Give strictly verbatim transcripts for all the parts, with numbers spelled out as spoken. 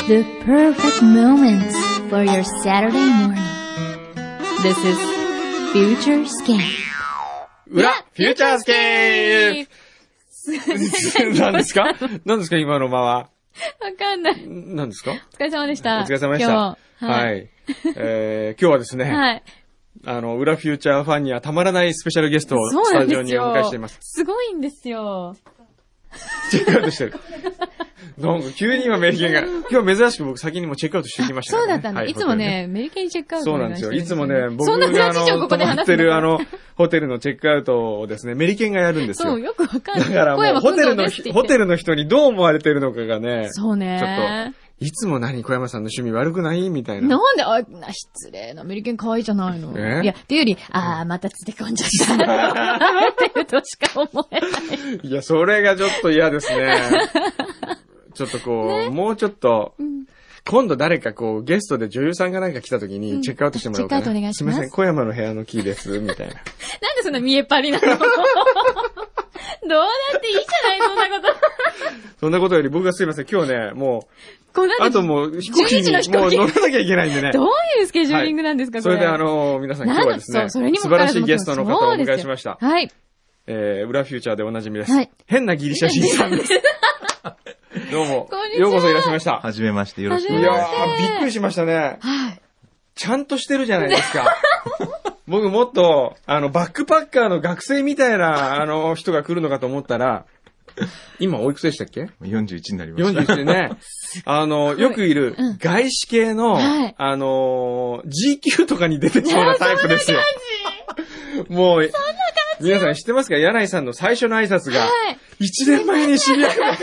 The perfect moments for your Saturday morning. This is Futurescape. 裏フューチャースケープ何ですか何ですか今の間は。 わかんない。 何ですかお疲れ様でした。 お疲れ様でした。 今日はい。はい、えー、今日はですね。はい。あの、裏フューチャーファンにはたまらないスペシャルゲストをスタジオにお迎えしています。 すごいんですよ。 チェックアウトしてる。なんか急に今メリケンが、今日珍しく僕先にもチェックアウトしてきましたね。 そうだったんだ。はい、いつもね、メリケンにチェックアウトそうなんですよ。いつもね、僕があの、泊まってるあの、ホテルのチェックアウトをですね、メリケンがやるんですよ。 そう、よくわかんない。 だからもうホテルの、ホテルの人にどう思われてるのかがね、 そうね。 ちょっと、いつも何小山さんの趣味悪くないみたいな。 なんで、あ、失礼な、メリケン可愛いじゃないの。いや、っていうより、あー、またつて込んじゃった。っていうとしか思えない。 いや、それがちょっと嫌ですね。ちょっとこう、ね、もうちょっと、うん、今度誰かこう、ゲストで女優さんがなんか来た時にチェックアウトしてもらおうかな。 チェックアウトお願いします。 すみません、小山の部屋のキーです、みたいな。なんでそんな見えっ張りなのどうだっていいじゃない、そんなこと。 そんなことより僕がすいません、今日ね、もう、 こうあともう飛行機にもう乗らなきゃいけないんでね。 どういうスケジューリングなんですか、はい、 それであのー、皆さん今日はですね、素晴らしいゲストの方をお迎えしました。 はい。 えー、裏フューチャーでおなじみです。 はい。 変なギリシャ人さんです。どうも。ようこそいらっしゃいました。 はじめまして、よろしくお願いします。 いやー、びっくりしましたね。 はい。 ちゃんとしてるじゃないですか。僕もっと、あの、バックパッカーの学生みたいな、あの、人が来るのかと思ったら、今おいくつでしたっけ ? よんじゅういち になりました。 よんじゅういちでね、あの、よくいる外資系の、はい、あの、ジーキュー とかに出てきそうなタイプですよ。もう、皆さん知ってますか？柳井さんの最初の挨拶が、いちねんまえに知り合いました。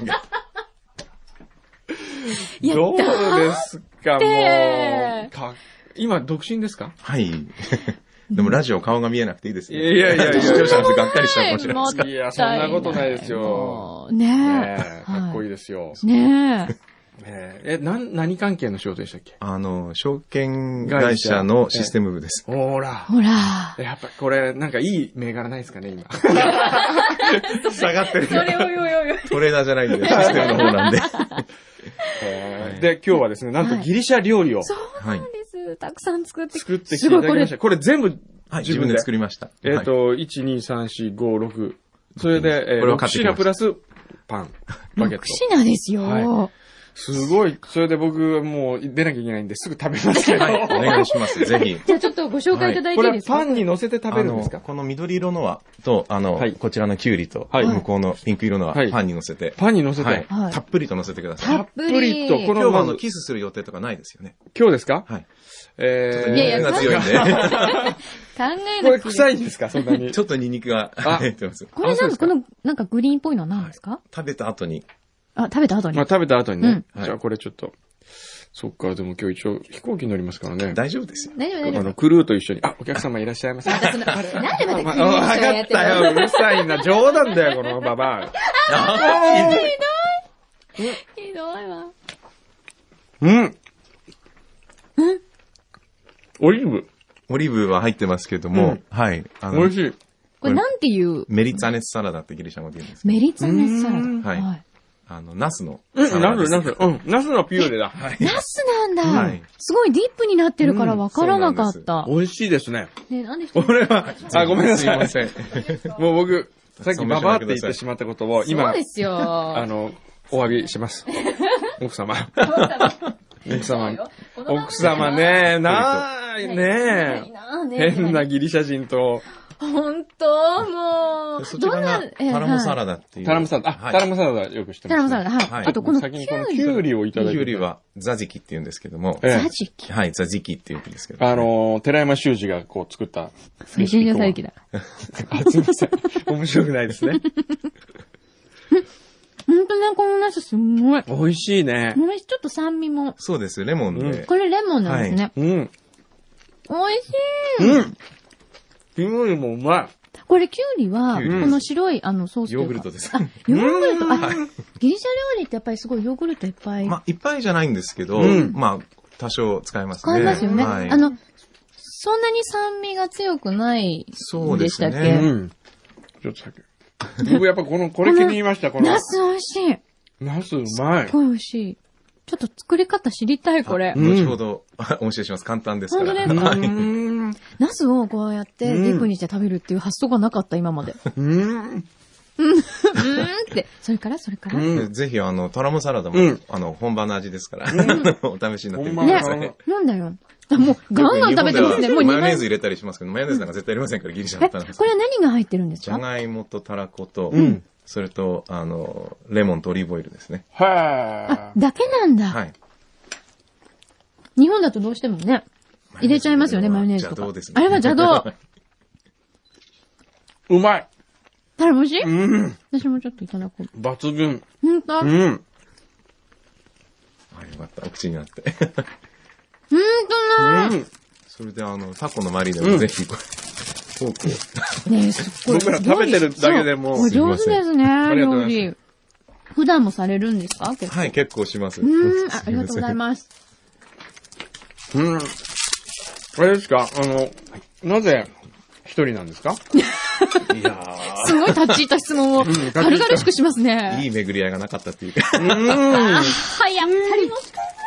どうですか、もうか。今、独身ですか？ はい。でもラジオ顔が見えなくていいですね。 いやいやいやいや。 視聴者の人がっかりしちゃうかもしれないです。 いや、そんなことないですよ。 ねえ。 ねえ、かっこいいですよ。 ねえ。え、な、何関係の仕事でしたっけ？ あの、証券会社のシステム部です。 ほら。 ほら。 やっぱこれ、なんかいい銘柄ないですかね、今。下がってる。 それおいおいおいおい。 トレーダーじゃないんで、システムの方なんで。 で、今日はですね、なんとギリシャ料理を。 そうなんです。たくさん作って作ってきていただきました。これ全部自分で作りました。 えっと、いち、に、さん、よん、ご、ろく。それで、ろく品プラスパン、バケット。 ろく品ですよ。 すごい。それで僕はもう出なきゃいけないんですぐ食べますけど。 はい、お願いします。ぜひ。 じゃあちょっとご紹介いただいていいですか？ これパンに乗せて食べるんですか？ この緑色のは、と、あの、こちらのキュウリと、向こうのピンク色のはパンに乗せて。 パンに乗せて。 たっぷりと乗せてください。 たっぷりと。 今日はあの、キスする予定とかないですよね。 今日ですか？ はい。 えー、 ちょっとニンニクが強いんで。 考えなこれ臭いんですか？そんなに。 ちょっとニンニクが入ってます。 これなんかこの、なんかグリーンっぽいのは何ですか？ 食べた後に。 あ、食べた後に。 まあ食べた後にね。じゃあこれちょっと。そっか、でも今日一応飛行機乗りますからね。 大丈夫ですよ。 大丈夫、大丈夫。 あの、クルーと一緒に。あ、お客様いらっしゃいませ。 なんでまたクルーわかったよ、うるさいな。冗談だよ、このババア。ひどい。ひどいわ。 うん。うんオリーブ。 オリーブは入ってますけども、はい。 美味しい。 これなんていう？ メリツァネスサラダってギリシャ語で言うんですメリツァネスサラダ。 はい。あの、ナスの。 うん、ナス、ナス。うん、ナスのピューレだ。 ナスなんだ。はい。すごいディップになってるからわからなかった。 美味しいですね。 ね、なんで俺は、あ、ごめんなさい。すいません。もう僕、さっきババアって言ってしまったことを、今、 そうですよ。 あの、お詫びします。奥様。奥様。奥様ね、なー、ねえ。変なギリシャ人と。 ほんともう。 そちらがタラモサラダっていう。 タラモサラダ。あ、タラモサラダよく知ってます。 タラモサラダ、はい。あとこの先にこのキュウリをいただいて。 キュウリはザジキって言うんですけども。 ザジキはい、ザジキって言うんですけど。 あの、寺山修司がこう作った。 レシピ佐伯だ。 あ、すみません。面白くないですね。 ほんとね、このナスすんごい。 美味しいね。 ちょっと酸味も。 そうです、レモンで。 これレモンなんですね。 うん。美味しい。 うん。キュウリもうまい。 これキュウリは、この白いあのソースヨーグルトです。 あ、ヨーグルト。あ、ギリシャ料理ってやっぱりすごいヨーグルトいっぱい。 まあ、いっぱいじゃないんですけど、まあ、多少使えますね。 使えますよね。あの、そんなに酸味が強くないでしたっけ？うん。 ちょっと先。僕やっぱこの、これ気に入りました、この。 ナス美味しい。 ナスうまい。 すごい美味しい。 ちょっと作り方知りたい、これ。 後ほどお教えします。簡単ですから。 本当ですか？ナスをこうやってディップにして食べるっていう発想がなかった、今まで。うん。うん。うんって。それからそれからぜひ、あの、トラムサラダも、あの、本場の味ですから、お試しになってみてください。 ね。なんだよ。もう、ガンガン食べてますね。もうマヨネーズ入れたりしますけど、マヨネーズなんか絶対入れませんから、ギリシャのタラこれは何が入ってるんですか？ じゃがいもとたらこと、それと、あの、レモンとオリーブオイルですね。 はい。だけなんだ。はい。日本だとどうしてもね、入れちゃいますよね、マヨネーズとか。邪道ですね。あれは邪道。 うまい。 たらもしい？うん。私もちょっといただこう。 抜群。 ほんと？うん。 あ、よかった。お口になって。 ほんとな。うん。 それで、あの、タコのマリネもぜひ、フォークを。 ねえ、すっごい。 僕ら食べてるだけでも。 上手ですね、料理。普段もされるんですか？ はい、結構します。 うん、ありがとうございます。 うん。あれですか？あの、なぜ一人なんですか？ いやー。すごい立ち入った質問を軽々しくしますね。 いい巡り合いがなかったっていうか。 うん。はやっぱりもったいない。も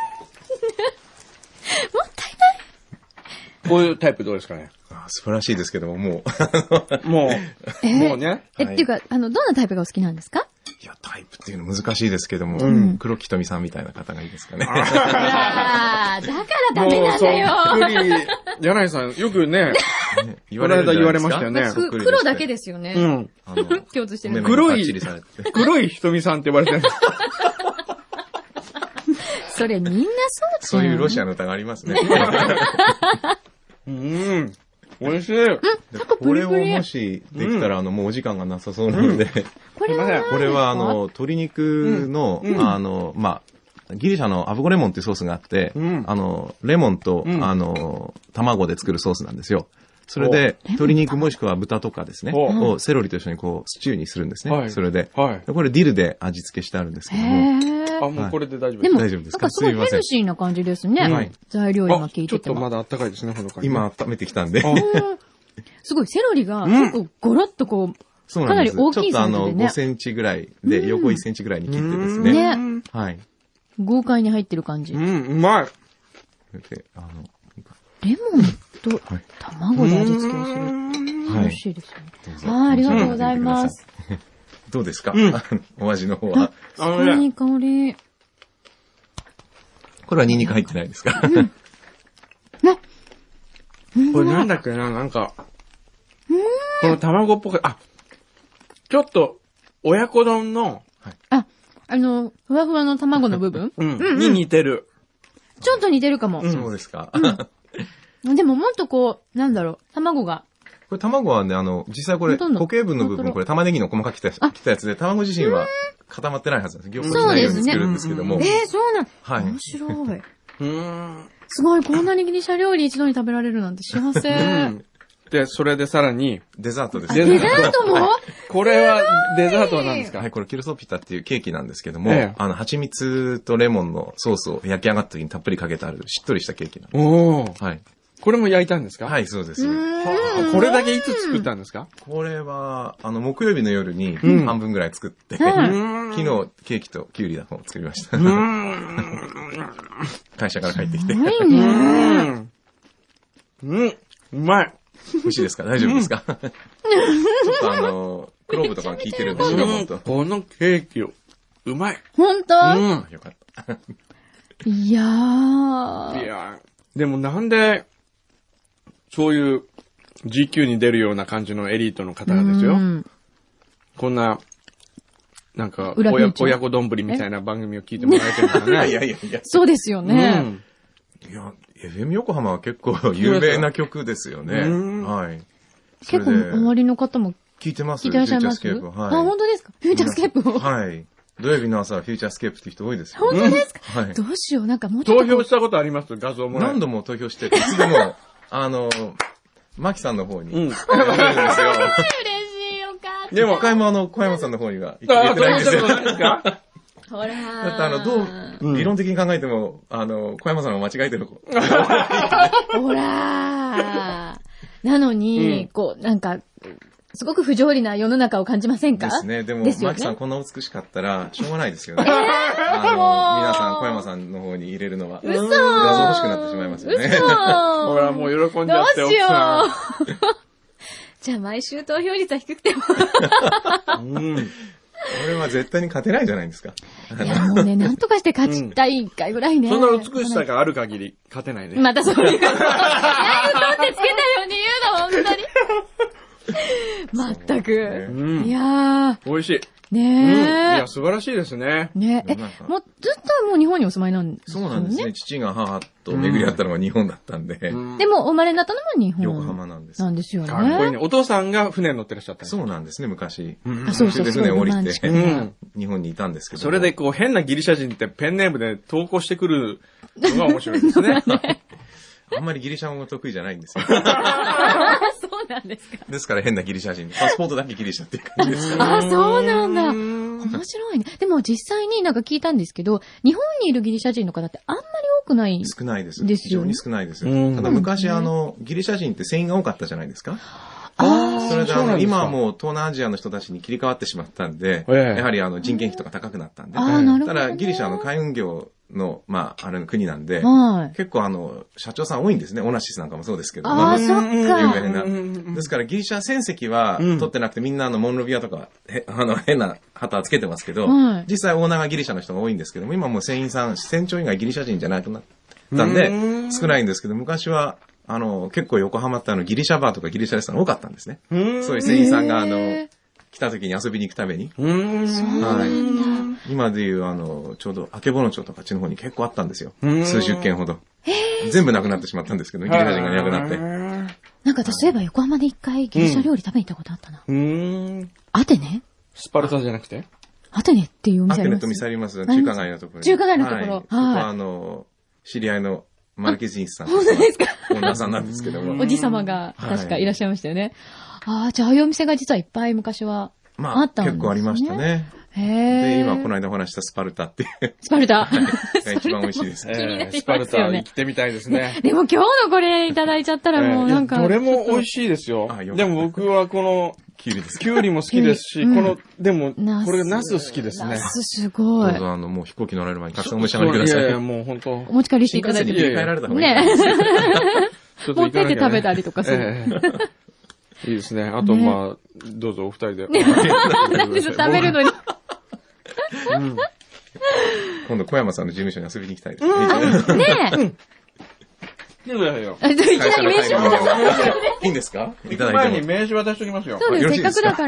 ったいない。 こういうタイプどうですかね？ 素晴らしいですけども、もう。もう、もうね。 え、っていうか、あの、どんなタイプがお好きなんですか？ いや、タイプっていうの難しいですけども、うん、黒木瞳さんみたいな方がいいですかね。 ああ、だからダメなんだよ。 そっくり、柳井さん、よくね、言われた言われましたよね。 黒だけですよね。うん。共通してる。 黒い、黒い瞳さんって言われてる。 それみんなそうだよ。 そういうロシアの歌がありますね。 うん。美味しい。 これをもしできたら、あの、もうお時間がなさそうなので。 これはこれは、あの、鶏肉の、あの、まあ、ギリシャのアブゴレモンっていうソースがあって、あの、レモンと、あの、卵で作るソースなんですよ。それで、鶏肉もしくは豚とかですね、をセロリと一緒にこう、スチューにするんですね。それで。これディルで味付けしてあるんですけども。 あ、もうこれで大丈夫です。 大丈夫ですか？ なんかすごいヘルシーな感じですね。材料今聞いてても。 ちょっとまだ暖かいですね、ほどかに。 今温めてきたんで。 すごい、セロリが結構ゴロッとこう、かなり大きいサイズでね。 ちょっとあの、ごセンチぐらいで、横いっセンチぐらいに切ってですね。ね。はい。 豪快に入ってる感じ。 うん、うまい。 あの、レモンと卵で味付けをする。美味しいですよね。ああ、ありがとうございます。 どうですか？お味の方は。 いい香り。 これはニンニク入ってないですか？ これなんだっけな、なんか、この卵っぽく、あ、ちょっと、親子丼の、 あ、あの、ふわふわの卵の部分に似てる。 ちょっと似てるかも。 そうですか。 でももっとこう、なんだろう、卵が。 これ卵はね、あの、実際これ、固形分の部分、これ玉ねぎの細かく切ったやつで、卵自身は固まってないはずなんです。凝固しないように作るんですけども。 ええ、そうなん。 はい。 面白い。うん。すごい、こんなにギリシャ料理一度に食べられるなんて幸せ。 で、それでさらに、 デザートです。 デザートもこれは、デザートは何ですか？ はい、これキルソピタっていうケーキなんですけども、あの、蜂蜜とレモンのソースを焼き上がった時にたっぷりかけてある、しっとりしたケーキなんです。 おー。はい。これも焼いたんですか？ はい、そうです。 これだけいつ作ったんですか？ これは、あの、木曜日の夜に半分ぐらい作って、昨日ケーキとキュウリの方を作りました。会社から帰ってきて。 うん。 うん、うまい。 美味しいですか？大丈夫ですか？ちょっとあの、クローブとかが効いてるんで、白本と。 このケーキを、うまい。 ほんと？ うん。よかった。 いやー。 いやー。でもなんで、そういう ジーキュー に出るような感じのエリートの方がですよ。こんな、なんか親、親子丼みたいな番組を聞いてもらえてるからね。 いやいやいや。 そうですよね。 うん、いや、エフエム 横浜は結構有名な曲ですよね。はい。 結構周りの方も聞いてます。 聞いてらっしゃいます。フューチャースケープ。はい。あ、本当ですか？フューチャースケープを。 はい。土曜日の朝はフューチャースケープって人多いですよ。 本当ですか？はい。どうしよう、なんかもうちょっと。 投票したことあります画像も。 何度も投票して、いつでも、あの、マキさんの方に。うん。嬉しいよ、 かった。 でも、一回もあの、小山さんの方には行ってないんですよ。 そうですか？ ほらー。 だってあの、どう、理論的に考えても、あの、小山さんが間違えてる。ほらー。なのに、こう、なんか、すごく不条理な世の中を感じませんか？ ですね。でも、マキさんこんな美しかったら、しょうがないですよね。ああの、皆さん、小山さんの方に入れるのは、 嘘画像欲しくなってしまいますよね。 嘘ほら、もう喜んじゃって、 どうしよう奥さじゃあ毎週投票率は低くても。 ん。うん。 俺は絶対に勝てないじゃないですか。 いや、もうね、なんとかして勝ちたい一回ぐらいね。 そんな美しさがある限り勝てないね。 またそういうこと。いや、嘘ってつけたように言うの、本当に。まったく。 うん、 いやー。 美味しい。 ねえ、うん。 いや、素晴らしいですね。 ねえ。え、もう、ずっともう日本にお住まいなんですよね。そうなんですね。父が母と巡り合ったのが日本だったんで。 うん、でも、生まれになったのも日本。 横浜なんです。 なんですよね。 かっこいいね。お父さんが船に乗ってらっしゃったんです。 そうなんですね、昔。 うん、あ、そうそうそう。 船降りて、 うん、 日本にいたんですけど。 それでこう、変なギリシャ人ってペンネームで投稿してくるのが面白いですね。 あんまりギリシャ語が得意じゃないんですよ。 そうなんですか。 ですから変なギリシャ人。パスポートだけギリシャっていう感じですから。 あ、そうなんだ。面白いね。でも実際になんか聞いたんですけど、日本にいるギリシャ人の方ってあんまり多くない少ないです。 ですよね。 非常に少ないです。ただ昔あの、ギリシャ人って船員が多かったじゃないですか。 ああ。 それであの、今はもう東南アジアの人たちに切り替わってしまったんで、やはりあの人件費とか高くなったんで。 ああ、なるほど。 ただギリシャの海運業の、まあ、あれの国なんで、 はい、 結構あの、社長さん多いんですね。オナシスなんかもそうですけど。 ああ、そっか。有名な。ですからギリシャ船籍は取ってなくて、みんなあの、モンロビアとか、へあの、変な旗つけてますけど、はい、実際オーナーがギリシャの人が多いんですけども、今もう船員さん、船長以外ギリシャ人じゃないとなったんで、少ないんですけど、昔は、あの、結構横浜ってあの、ギリシャバーとかギリシャレストラン多かったんですね。そういう船員さんがあの、来た時に遊びに行くために。 うーん。はい。 今でいう、あの、ちょうど、あけぼの町とかあっちの方に結構あったんですよ。数十件ほど。全部なくなってしまったんですけど、ギリシャ人がいなくなって。 なんか私、そういえば横浜で一回ギリシャ料理食べに行ったことあったな。 うん。 アテネ？ スパルタじゃなくて？ アテネっていうお店あります。 アテネと店あります。中華街のところに。 中華街のところ。はい。 そこは、あの、知り合いの、マルケジンスさん。 本当ですか？ オーナーさんなんですけども。 おじさまが確かいらっしゃいましたよね。ああ、じゃあ、ああいうお店が実はいっぱい昔はあったんですね。 結構ありましたね。 へえ。 で、今この間お話したスパルタっていう。 スパルタ。 が一番美味しいです。 気になりますよね。 スパルタ行ってみたいですね。 でも今日のこれいただいちゃったらもうなんか。 どれも美味しいですよ。でも僕はこの、 キュウリです。 キュウリも好きですし、この、でも、これナス好きですね。 ナスすごい。 どうぞあの、もう飛行機乗られる前にたくさんお召し上がりください。 いやいや、もう本当。 お持ち帰りしていただいても。 新幹線に帰られた方がいい。 ね。持ってって食べたりとかする。 いいですね。あと、まあ、どうぞお二人で。 食べるのに。 今度小山さんの事務所に遊びに行きたいですね。ねえ。 いやいやいや。 いきなり名刺渡いいんですか？ いただいて。前に名刺渡しておきますよ。 そうです、せっかくだから。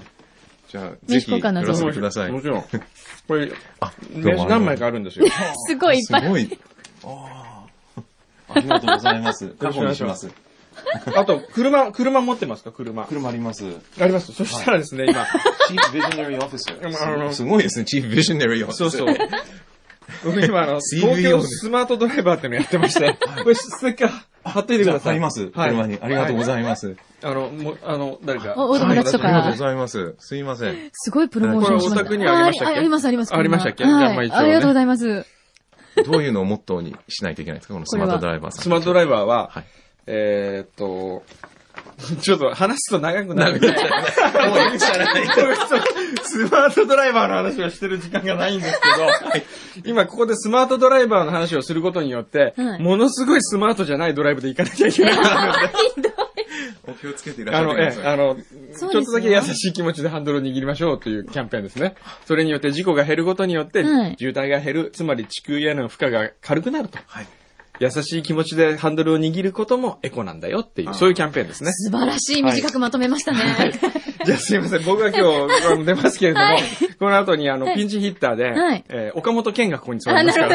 じゃあ、ぜひ、くださいください。 もちろん。これ、名刺何枚かあるんですよ。 すごいいっぱい。 すごい。ありがとうございます。よろしくお願いします。 あと、車、車持ってますか？車。 車あります。 あります。そしたらですね、今。 チーフビジョナリーオフィサー。すごいですね、チーフビジョナリーオフィサー。 そうそう。僕今、あの、東京スマートドライバーってのやってまして、これステッカー貼っといてください。 貼ります。車に。ありがとうございます。 あの、もあの、誰か。 お友達とか。 ありがとうございます。すいません。 すごいプロモーションしました。 これお宅にありましたっけ？ あります、あります。 ありましたっけ？じゃあ、まあ一応。 ありがとうございます。 どういうのをモットーにしないといけないですか？このスマートドライバーさん。 スマートドライバーは、えっと、ちょっと話すと長くなる。もう言うしかない。スマートドライバーの話をしてる時間がないんですけど、今ここでスマートドライバーの話をすることによって、ものすごいスマートじゃないドライブで行かなきゃいけないので。 お気をつけていらっしゃってください。 あの、え、あの、ちょっとだけ優しい気持ちでハンドルを握りましょうというキャンペーンですね。それによって事故が減ることによって、渋滞が減る、つまり地球への負荷が軽くなると。はい。優しい気持ちでハンドルを握ることもエコなんだよっていう、そういうキャンペーンですね。 素晴らしい。短くまとめましたね。はい、 じゃあすいません。僕が今日出ますけれども、はい、この後にあの、はい、ピンチヒッターで、はいえー、岡本健がここに座りますから。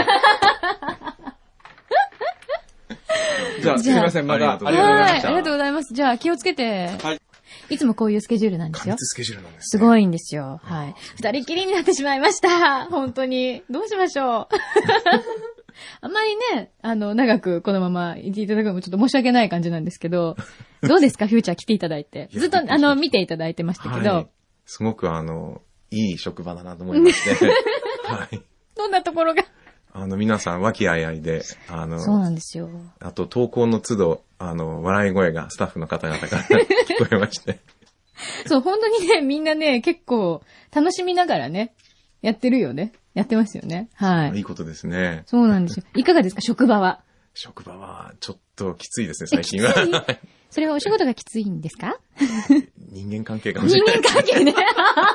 じゃあすいません。まだありがとうございました。 ありがとうございます。じゃあ気をつけて。はい。いつもこういうスケジュールなんですよ。 スケジュールなんです、 ね。すごいんですよ。はい。二人きりになってしまいました。本当に。どうしましょう。あんまりね、あの、長くこのままいていただくのもちょっと申し訳ない感じなんですけど、どうですか、フューチャー来ていただいて。ずっと、あの、見ていただいてましたけど。はい、 すごく、あの、いい職場だなと思いまして。はい。 どんなところがあの、皆さん、和気あいあいで、あの、 そうなんですよ。 あと、投稿の都度、あの、笑い声がスタッフの方々から聞こえまして。 そう、本当にね、みんなね、結構、楽しみながらね、 やってるよね。やってますよね。はい。 いいことですね。 そうなんですよ。いかがですか、職場は。 職場は、ちょっときついですね、最近は。 それはお仕事がきついんですか？ 人間関係かもしれない。 人間関係ね。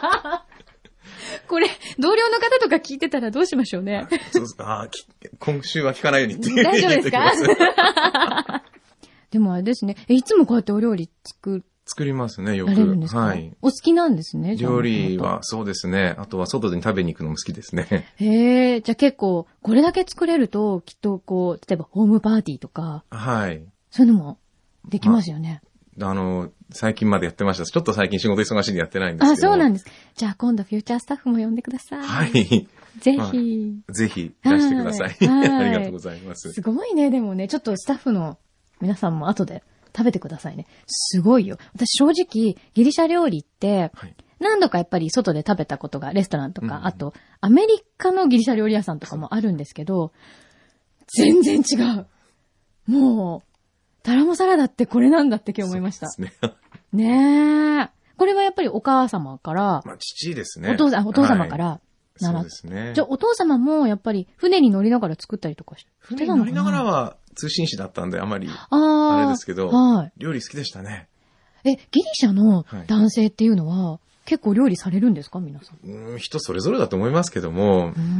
これ、同僚の方とか聞いてたらどうしましょうね。 そうあ今週は聞かないようにって大丈夫ですか？でもあれですね。いつもこうやってお料理作作りますね、よく。 やれるんですか？はい。お好きなんですね、 料理は、そうですね。あとは外で食べに行くのも好きですね。 へえ、じゃあ結構、これだけ作れると、きっとこう、例えばホームパーティーとか。 はい。 そういうのもできますよね。 まあ、あの、最近までやってました。ちょっと最近仕事忙しいんでやってないんですけど。 あ、そうなんです。じゃあ今度フューチャースタッフも呼んでください。 はい。 ぜひ、 まあ。ぜひ、いらしてください。ありがとうございます。 すごいね、でもね、ちょっとスタッフの皆さんも後で食べてくださいね。すごいよ。私正直、ギリシャ料理って、はい、何度かやっぱり外で食べたことが、レストランとか、うん、あと、アメリカのギリシャ料理屋さんとかもあるんですけど、全然違う。もう、タラモサラダってこれなんだって今日思いました。そうですね。ねえ。これはやっぱりお母様から、 まあ、父ですね。 お父さん、お父様から、はい、 そうですね。 じゃあお父様もやっぱり船に乗りながら作ったりとかしてたのかな？ 船に乗りながらは通信士だったんであまり、あれですけど、はい、料理好きでしたね。 え、ギリシャの男性っていうのは、はい、結構料理されるんですか皆さん？ うん、人それぞれだと思いますけども、うん、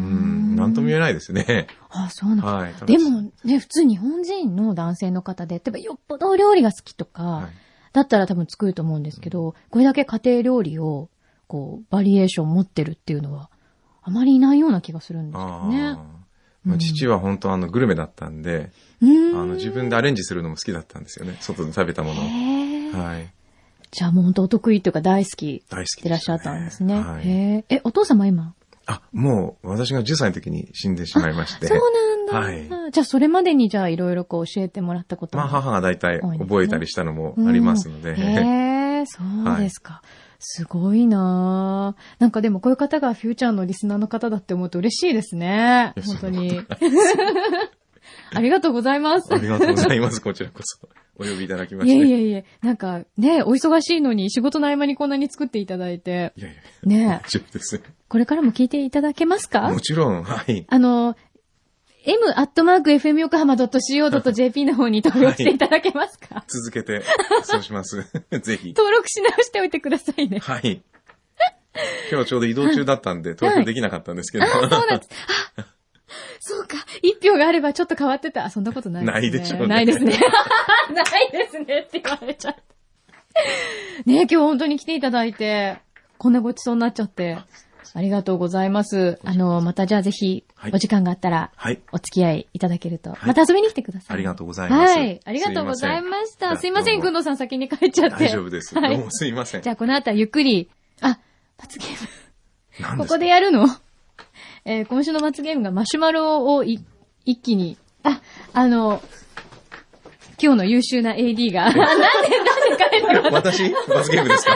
なんとも言えないですね。 あ、そうなんです、はい、でもね、普通日本人の男性の方で、例えばよっぽど料理が好きとか、はい、だったら多分作ると思うんですけど、うん、これだけ家庭料理を、こう、バリエーション持ってるっていうのは、あまりいないような気がするんですよね。 まあ、父は本当あのグルメだったんで、うん、あの自分でアレンジするのも好きだったんですよね。外で食べたものを。はい。 じゃあもう本当お得意というか大好きでいらっしゃったんですね。はい、へえ、お父様今？ あ、もう私がじゅっさいの時に死んでしまいまして。 そうなんだ。はい。じゃあそれまでにじゃあいろいろこう教えてもらったことも、 まあ母が大体覚えたりしたのもありますので。うん、 へえ、そうですか。はい、すごいなぁ。なんかでもこういう方がフューチャーのリスナーの方だって思うと嬉しいですね。本当に。ありがとうございます。 ありがとうございます。こちらこそ。お呼びいただきまして。 いえいえいえ。なんかね、お忙しいのに仕事の合間にこんなに作っていただいて。 いやいや。 ね大丈夫です。 これからも聞いていただけますか？ もちろん、はい。 あの、エム アットマーク エフエム 横浜 ドット シーオー ドット ジェーピー の方に登録していただけますか？はい、 続けて、そうします。ぜひ。 登録し直しておいてくださいね。 はい。今日はちょうど移動中だったんで、投票できなかったんですけど。 はい、あ、そうなんです。あ、そうか。一票があればちょっと変わってた。あ、そんなことないですね。 ないでしょうね。 ないですね。ないですねって言われちゃった。ねえ、今日本当に来ていただいて、こんなごちそうになっちゃって。ありがとうございます。あの、またじゃあぜひ、お時間があったら、はい、お付き合いいただけると、はい、また遊びに来てください。 ありがとうございます。 はい。ありがとうございました。すいません、くんどうさん先に帰っちゃって。 大丈夫です。はい、どうもすいません。 じゃあこの後はゆっくり、あ、罰ゲーム。ここでやるの？えー、今週の罰ゲームがマシュマロをい一気に、あ、あの、今日の優秀な エーディー が、なんで、なんで帰るの？ 私罰ゲームですか？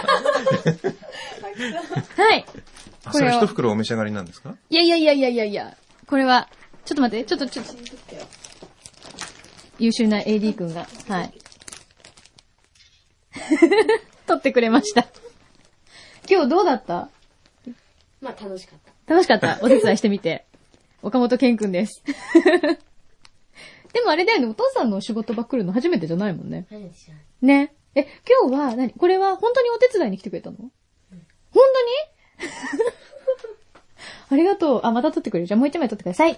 はい。 あ、それ一袋お召し上がりなんですか？ いやいやいやいやいやいや。これは、ちょっと待って、ちょっと、ちょっと、優秀な エーディー 君が、はい。撮ってくれました。今日どうだった？ まあ楽しかった。 楽しかった。お手伝いしてみて。岡本健くんです。でもあれだよね、お父さんの仕事場来るの初めてじゃないもんね。 初めてじゃない。 ね。え、今日は何？これは本当にお手伝いに来てくれたの？うん、本当にありがとう。あ、また撮ってくれる。じゃあもう一枚撮ってください。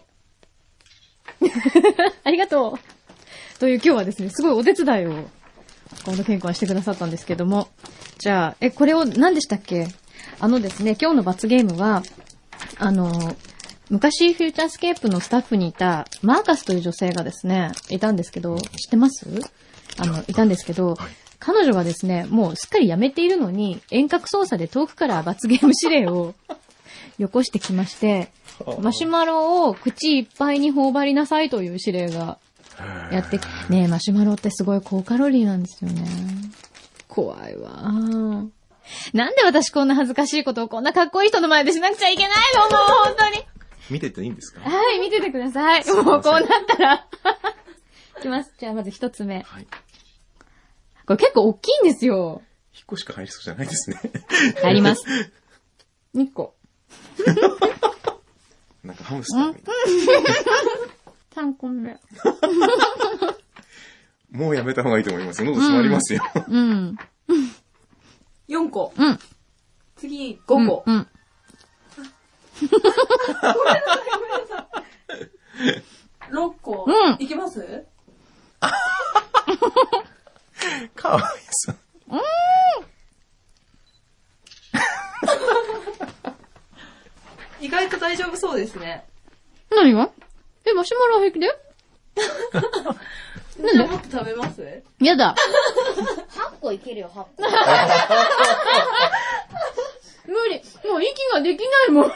ありがとう。という今日はですね、すごいお手伝いを、岡本健くんはしてくださったんですけども。じゃあ、え、これを何でしたっけ？あのですね、今日の罰ゲームは、あの、昔フューチャースケープのスタッフにいたマーカスという女性がですね、いたんですけど、知ってます？あの、いたんですけど、彼女がですね、もうすっかり辞めているのに、遠隔操作で遠くから罰ゲーム指令をよこしてきまして、マシュマロを口いっぱいに頬張りなさいという指令がやって、ねえ、マシュマロってすごい高カロリーなんですよね。怖いわ。なんで私こんな恥ずかしいことをこんなかっこいい人の前でしなくちゃいけないの？もう本当に。 見てていいんですか？ はい、見ててください。もうこうなったら。いきます。じゃあまず一つ目。はい。これ結構大きいんですよ。 一個しか入りそうじゃないですね。 入ります。二個。 なんかハムスターみたいさんこめ。 もうやめた方がいいと思いますよ。喉詰まりますよ。 うん。 よんこ。 うん。 次、ごこ。 うん。うん、 ろっこ。 うん。 いけます？ かわいそう。 うん。 意外と大丈夫そうですね。 何が？え、マシュマロ平気だよ。 なんでもっと食べます？ やだ。 はっこいけるよ、はっこ。 無理。もう息ができないもん。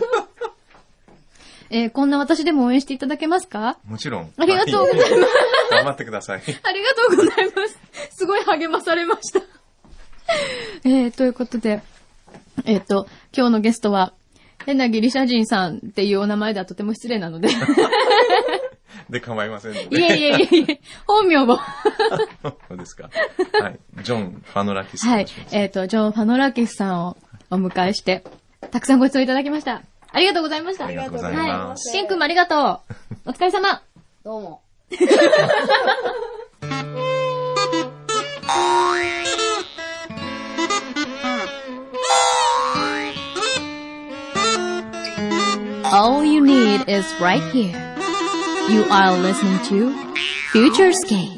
えー、こんな私でも応援していただけますか？ もちろん。 ありがとうございます。 頑張ってください。 ありがとうございます。すごい励まされました。えー、ということで、えっ、ー、と、今日のゲストは、変なギリシャ人さんっていうお名前ではとても失礼なので。 で構いませんので。 いえいえいえ、本名も。 そうですか。はい。ジョン・ファノラキス。 はい。えっ、ー、と、ジョン・ファノラキスさんをお迎えして、たくさんご質問いただきました。ありがとうございました。 ありがとうございます。 はい。ケン君もありがとう。お疲れ様。 どうも。 All you need is right here. You are listening to Futurescape.